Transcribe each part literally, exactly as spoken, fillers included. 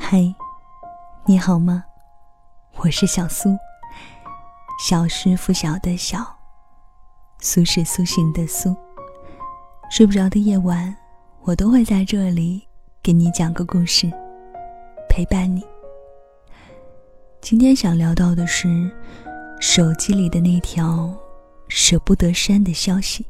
嗨，你好吗？我是小苏，小是拂晓的小，苏是苏醒的苏。睡不着的夜晚，我都会在这里给你讲个故事，陪伴你。今天想聊到的是手机里的那条舍不得删的消息。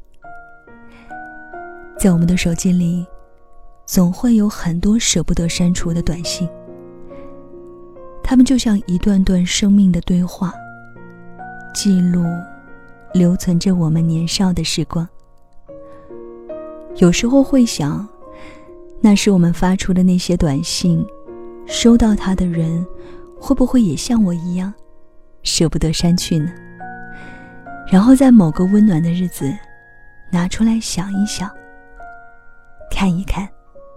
在我们的手机里，总会有很多舍不得删除的短信，它们就像一段段生命的对话，记录留存着我们年少的时光。有时候会想，那是我们发出的那些短信，收到它的人会不会也像我一样舍不得删去呢？然后在某个温暖的日子拿出来想一想，看一看。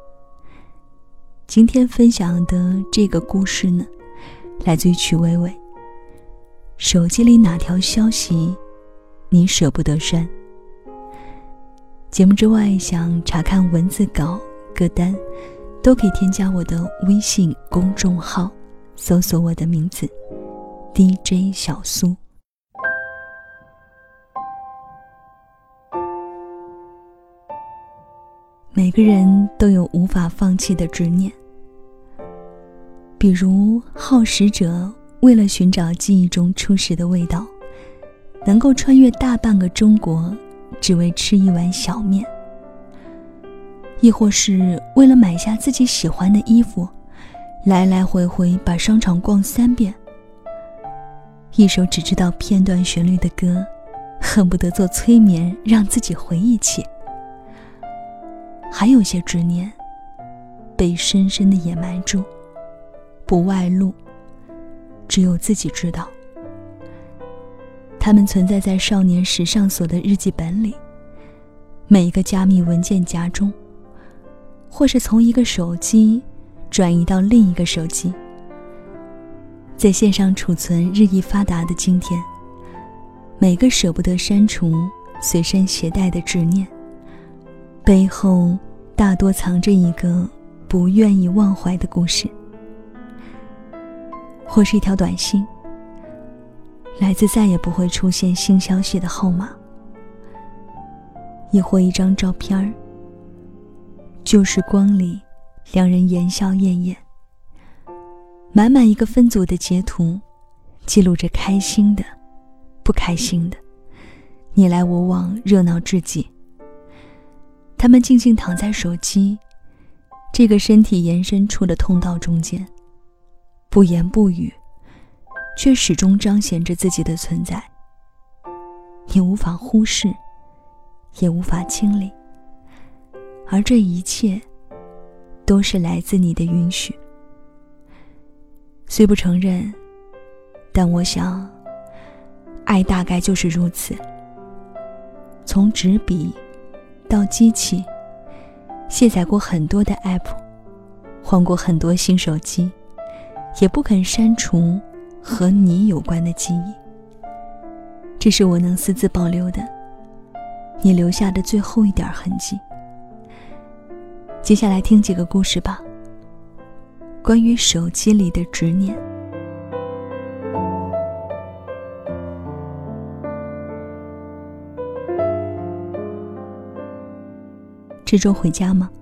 今天分享的这个故事呢，来自于曲薇薇。手机里哪条消息你舍不得删？节目之外，想查看文字稿、歌单，都可以添加我的微信公众号，搜索我的名字 D J 小苏。每个人都有无法放弃的执念，比如好食者为了寻找记忆中初始的味道，能够穿越大半个中国只为吃一碗小面，亦或是为了买下自己喜欢的衣服，来来回回把商场逛三遍，一首只知道片段旋律的歌，恨不得做催眠让自己回忆起。还有些执念被深深地掩埋住，不外露，只有自己知道。它们存在在少年时上锁的日记本里，每一个加密文件夹中，或是从一个手机转移到另一个手机。在线上储存日益发达的今天，每个舍不得删除随身携带的执念，背后大多藏着一个不愿意忘怀的故事，或是一条短信，来自再也不会出现新消息的号码，亦或一张照片，旧时光里两人言笑晏晏，满满一个分组的截图，记录着开心的、不开心的，你来我往，热闹至极。他们静静躺在手机这个身体延伸出的通道中间，不言不语，却始终彰显着自己的存在。你无法忽视，也无法清理，而这一切都是来自你的允许。虽不承认，但我想，爱大概就是如此。从纸笔到机器，卸载过很多的 app， 换过很多新手机，也不肯删除和你有关的记忆。这是我能私自保留的，你留下的最后一点痕迹。接下来听几个故事吧，关于手机里的执念。这周回家吗？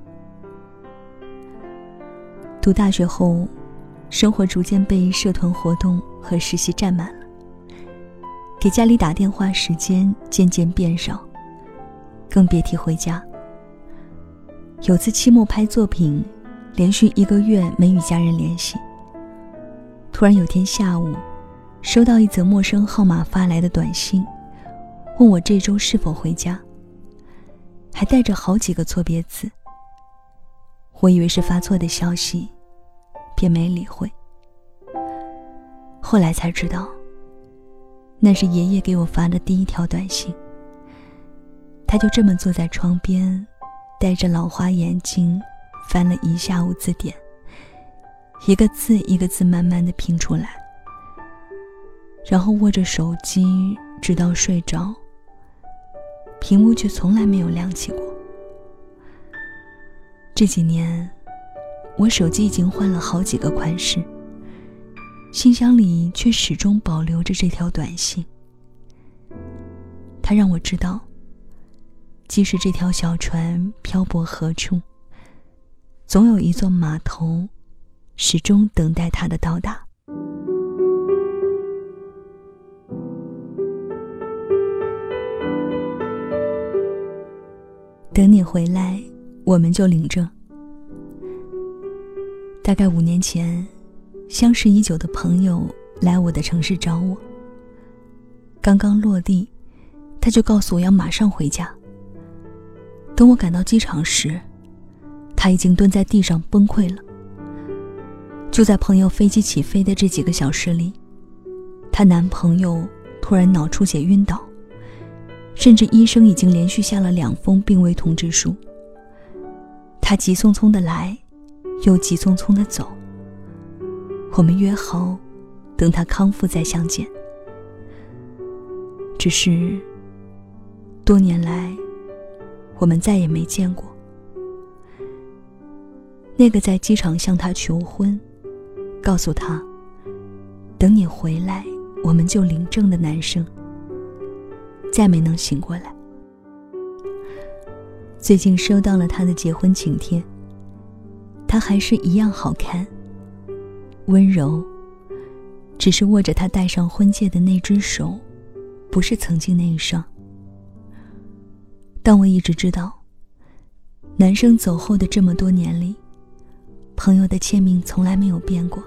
读大学后，生活逐渐被社团活动和实习占满了，给家里打电话时间渐渐变少，更别提回家。有次期末拍作品，连续一个月没与家人联系，突然有天下午收到一则陌生号码发来的短信，问我这周是否回家，还带着好几个错别字。我以为是发错的消息，便没理会。后来才知道，那是爷爷给我发的第一条短信。他就这么坐在窗边，戴着老花眼镜，翻了一下午字典，一个字一个字慢慢地拼出来，然后握着手机直到睡着，屏幕却从来没有亮起过。这几年我手机已经换了好几个款式，信箱里却始终保留着这条短信。它让我知道，即使这条小船漂泊何处，总有一座码头始终等待它的到达。等你回来，我们就领证。大概五年前，相识已久的朋友来我的城市找我。刚刚落地，他就告诉我要马上回家。等我赶到机场时，他已经蹲在地上崩溃了。就在朋友飞机起飞的这几个小时里，她男朋友突然脑出血晕倒，甚至医生已经连续下了两封病危通知书。他急匆匆地来，又急匆匆地走。我们约好等他康复再相见。只是多年来我们再也没见过。那个在机场向他求婚，告诉他等你回来我们就领证的男生，再没能醒过来。最近收到了他的结婚请帖，他还是一样好看温柔，只是握着他戴上婚戒的那只手不是曾经那一双。但我一直知道，男生走后的这么多年里，朋友的签名从来没有变过，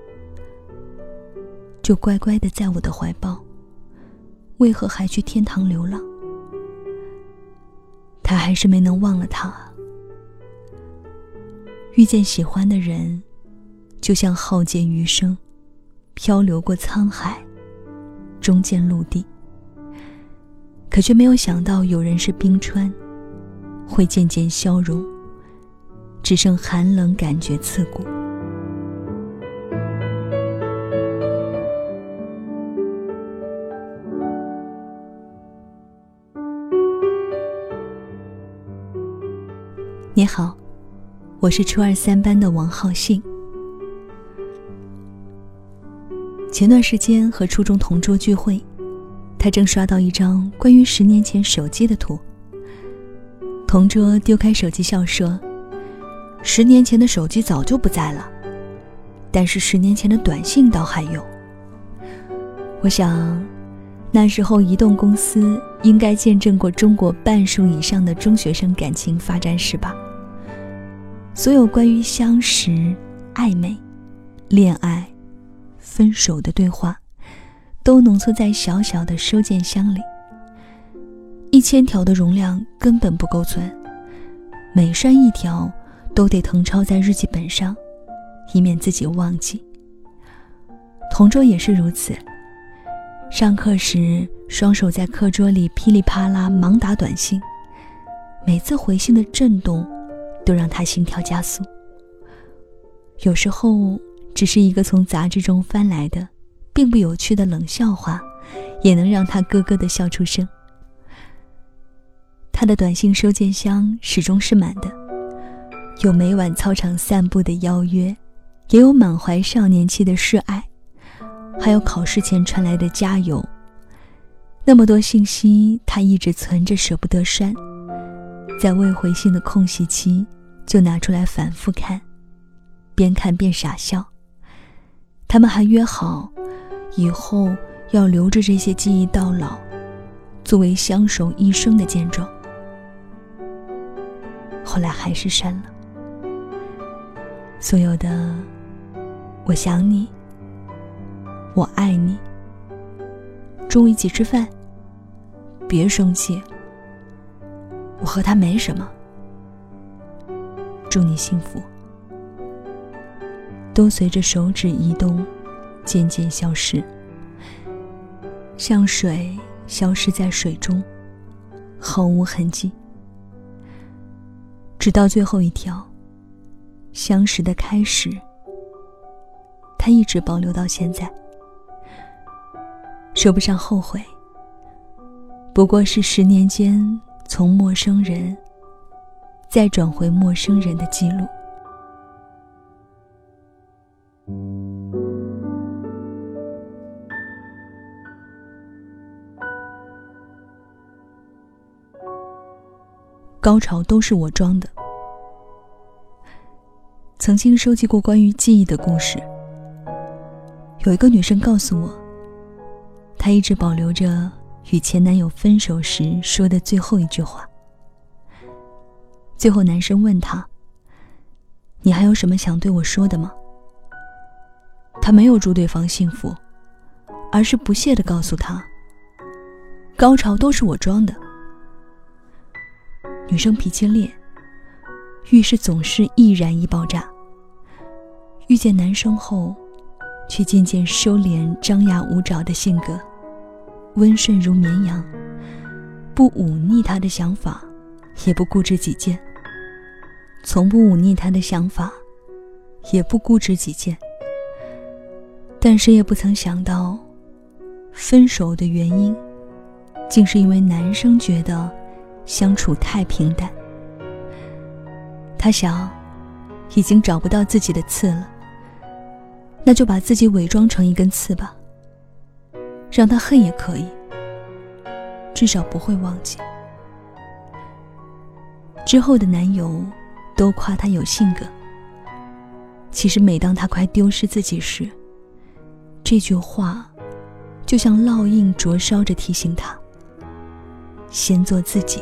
就乖乖地在我的怀抱，为何还去天堂流浪？他还是没能忘了他。遇见喜欢的人，就像浩劫余生，漂流过沧海，终见陆地。可却没有想到，有人是冰川，会渐渐消融，只剩寒冷感觉刺骨。你好，我是初二三班的王浩信。前段时间和初中同桌聚会，他正刷到一张关于十年前手机的图。同桌丢开手机笑说，十年前的手机早就不在了，但是十年前的短信倒还有。我想那时候移动公司应该见证过中国半数以上的中学生感情发展史吧。所有关于相识、暧昧、恋爱、分手的对话，都浓缩在小小的收件箱里。一千条的容量根本不够存，每删一条都得誊抄在日记本上，以免自己忘记。同桌也是如此，上课时双手在课桌里噼里啪啦忙打短信，每次回信的震动都让他心跳加速。有时候只是一个从杂志中翻来的并不有趣的冷笑话，也能让他咯咯地笑出声。他的短信收件箱始终是满的，有每晚操场散步的邀约，也有满怀少年气的示爱，还有考试前传来的加油。那么多信息他一直存着舍不得删，在未回信的空隙期就拿出来反复看，边看边傻笑。他们还约好以后要留着这些记忆到老，作为相守一生的见证。后来还是删了。所有的我想你，我爱你，中午一起吃饭，别生气，我和他没什么，祝你幸福，都随着手指移动渐渐消失，像水消失在水中，毫无痕迹。直到最后一条相识的开始，他一直保留到现在。说不上后悔，不过是十年间从陌生人再转回陌生人的记录。 高潮都是我装的。曾经收集过关于记忆的故事，有一个女生告诉我，她一直保留着与前男友分手时说的最后一句话。最后男生问她，你还有什么想对我说的吗？她没有祝对方幸福，而是不屑地告诉他，高潮都是我装的。女生脾气烈，遇事总是易燃易爆炸，遇见男生后却渐渐收敛张牙舞爪的性格，温顺如绵羊，不忤逆他的想法，也不固执己见，从不忤逆他的想法，也不固执己见。但谁也不曾想到，分手的原因竟是因为男生觉得相处太平淡。他想，已经找不到自己的刺了，那就把自己伪装成一根刺吧，让他恨也可以，至少不会忘记。之后的男友都夸他有性格，其实每当他快丢失自己时，这句话就像烙印灼烧着提醒他，先做自己。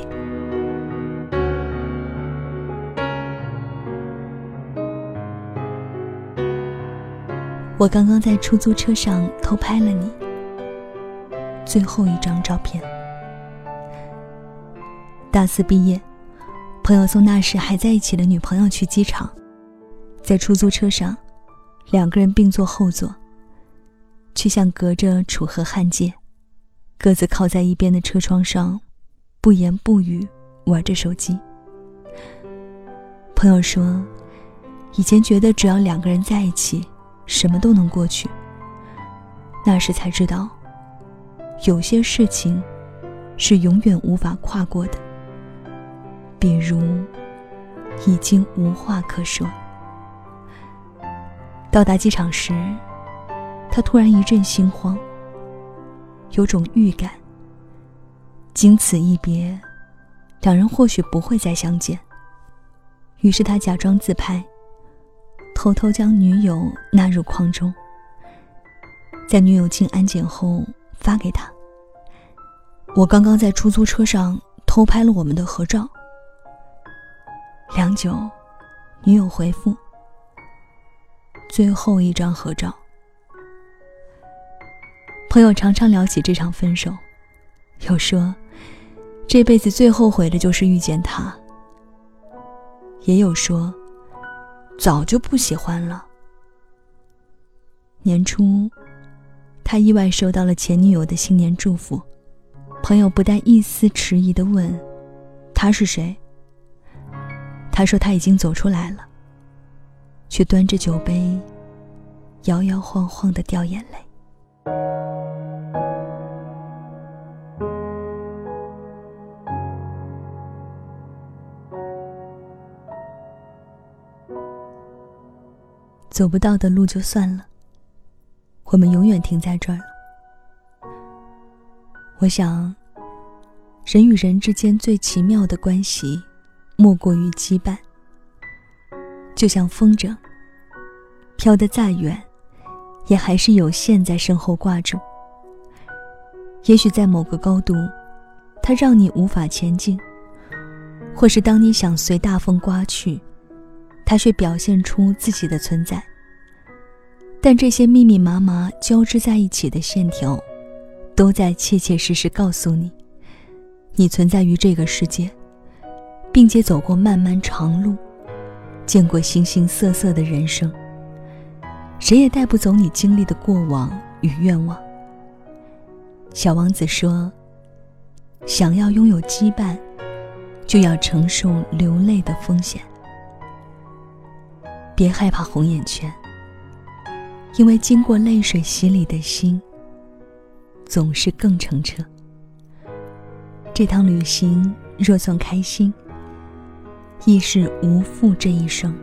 我刚刚在出租车上偷拍了你最后一张照片。大四毕业，朋友送那时还在一起的女朋友去机场，在出租车上，两个人并坐后座，却像隔着楚河汉界，各自靠在一边的车窗上，不言不语玩着手机。朋友说，以前觉得只要两个人在一起，什么都能过去，那时才知道，有些事情是永远无法跨过的，比如已经无话可说。到达机场时，他突然一阵心慌，有种预感，经此一别，两人或许不会再相见。于是他假装自拍，偷偷将女友纳入框中，在女友进安检后发给他，我刚刚在出租车上偷拍了我们的合照。良久，女友回复，最后一张合照。朋友常常聊起这场分手，有说这辈子最后悔的就是遇见他，也有说早就不喜欢了。年初，他意外收到了前女友的新年祝福，朋友不带一丝迟疑地问他是谁。他说他已经走出来了，却端着酒杯摇摇晃晃地掉眼泪。走不到的路就算了，我们永远停在这儿了。我想，人与人之间最奇妙的关系莫过于羁绊，就像风筝，飘得再远，也还是有线在身后挂住。也许在某个高度，它让你无法前进，或是当你想随大风刮去，它却表现出自己的存在。但这些密密麻麻交织在一起的线条，都在切切实实告诉你，你存在于这个世界，并且走过漫漫长路，见过形形色色的人生，谁也带不走你经历的过往与愿望。小王子说，想要拥有羁绊，就要承受流泪的风险。别害怕红眼圈，因为经过泪水洗礼的心总是更澄澈。这趟旅行若算开心，亦是无负这一生。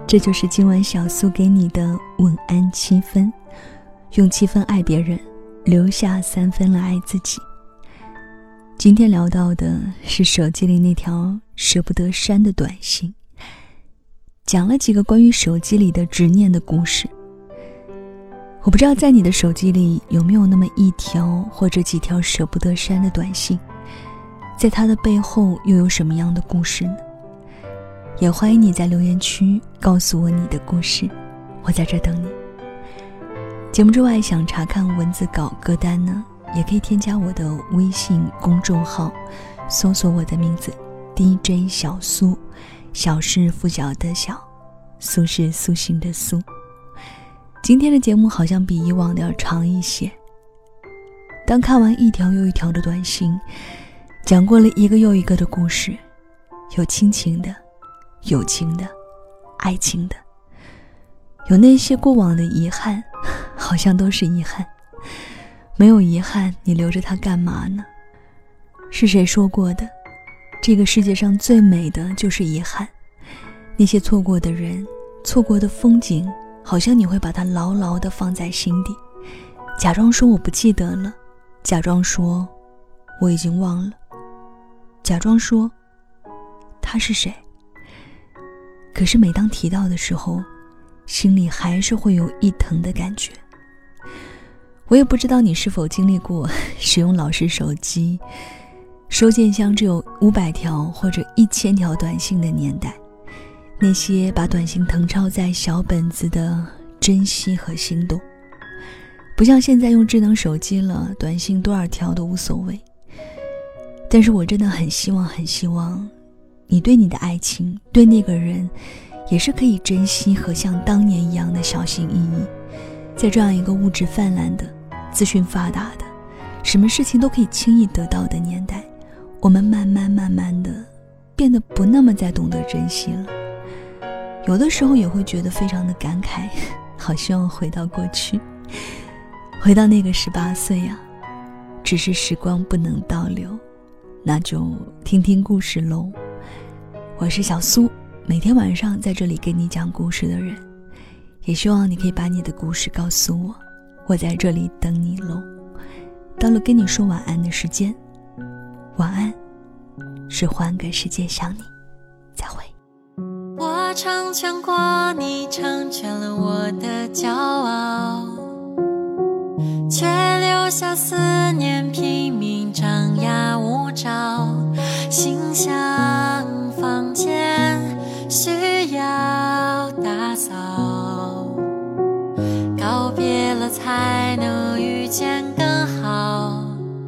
这就是今晚小苏给你的晚安七分，用七分爱别人，留下三分来爱自己。今天聊到的是手机里那条舍不得删的短信，讲了几个关于手机里的执念的故事。我不知道在你的手机里有没有那么一条或者几条舍不得删的短信，在它的背后又有什么样的故事呢？也欢迎你在留言区告诉我你的故事，我在这等你。节目之外想查看文字稿歌单呢，也可以添加我的微信公众号，搜索我的名字 D J 小苏，小是拂晓的小，苏是苏醒的苏。今天的节目好像比以往的要长一些。当看完一条又一条的短信，讲过了一个又一个的故事，有亲情的，友情的，爱情的，有那些过往的遗憾，好像都是遗憾。没有遗憾，你留着它干嘛呢？是谁说过的？这个世界上最美的就是遗憾。那些错过的人，错过的风景，好像你会把它牢牢地放在心底，假装说我不记得了，假装说我已经忘了，假装说他是谁。可是每当提到的时候，心里还是会有一疼的感觉。我也不知道你是否经历过使用老式手机，收件箱只有五百条或者一千条短信的年代，那些把短信誊抄在小本子的珍惜和心动。不像现在用智能手机了，短信多少条都无所谓。但是我真的很希望很希望你对你的爱情，对那个人也是可以珍惜和像当年一样的小心翼翼。在这样一个物质泛滥的，资讯发达的，什么事情都可以轻易得到的年代，我们慢慢慢慢的变得不那么再懂得珍惜了。有的时候也会觉得非常的感慨，好希望回到过去，回到那个十八岁啊。只是时光不能倒流，那就听听故事喽。我是小苏，每天晚上在这里给你讲故事的人，也希望你可以把你的故事告诉我，我在这里等你喽。到了跟你说晚安的时间，晚安，是换个世界想你，再会。 我成全过你，成全了我的骄傲，却留下思念拼命张牙舞爪，心像房间需要打扫，告别了才能遇见更好，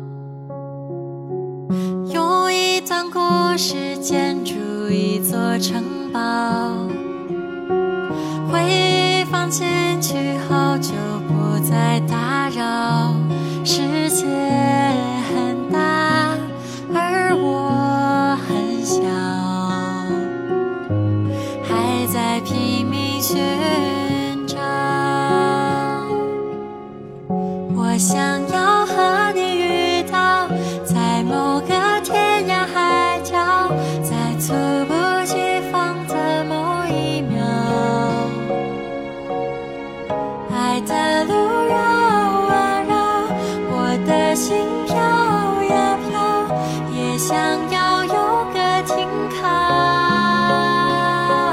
用一段故事建筑一座城堡，回忆放进去后就不再打扰，世界很大而我很小，还在拼命寻找，我想要和你遇到，在某个天涯海角，在猝不及防的某一秒，爱的路绕啊绕，我的心飘呀飘，也想要有个停靠，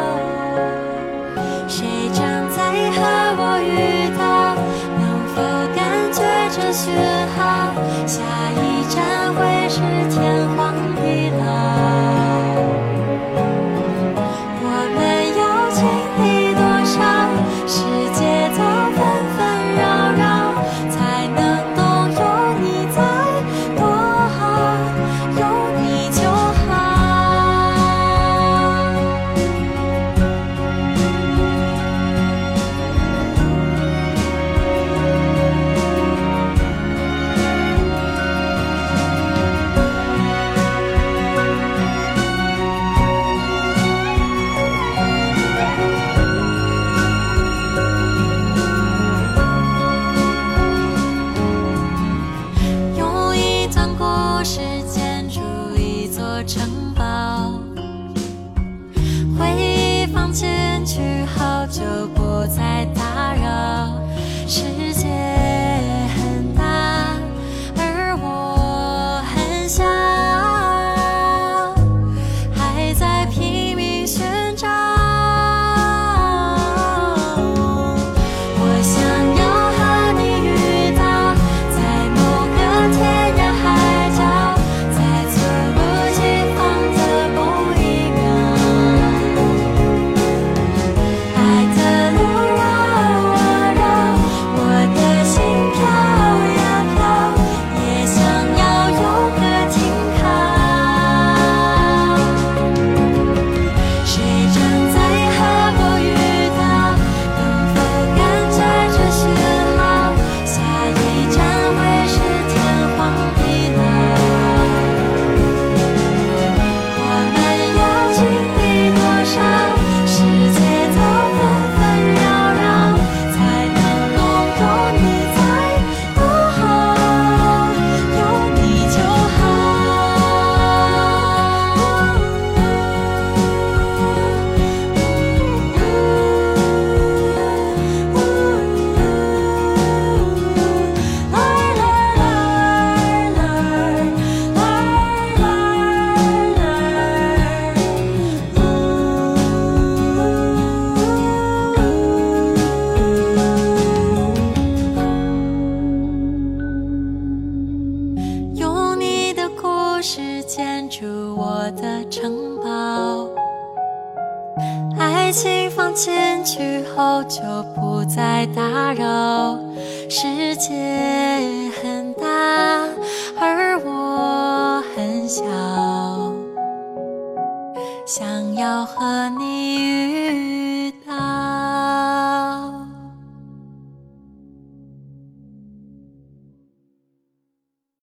谁正在和我遇到，能否感觉这讯号，下一站会是天荒地老，我们要经历多少世界的纷纷扰扰，才能懂有你在多好，有你就好。 前去后就不再打扰。世界很大，而我很小，想要和你遇到。